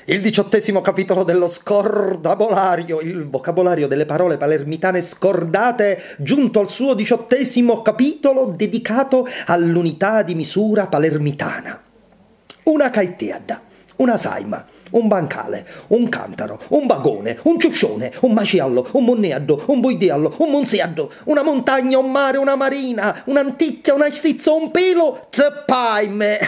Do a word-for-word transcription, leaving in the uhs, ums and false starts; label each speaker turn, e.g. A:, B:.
A: Il diciottesimo capitolo dello scordabolario, il vocabolario delle parole palermitane scordate, giunto al suo diciottesimo capitolo dedicato all'unità di misura palermitana. Una caettiada, una saima, un bancale, un cantaro, un vagone, un ciuscione, un maciallo, un monneaddo, un boidiallo, un monziaddo, una montagna, un mare, una marina, un'anticchia, una stizza, un pelo, zeppaime.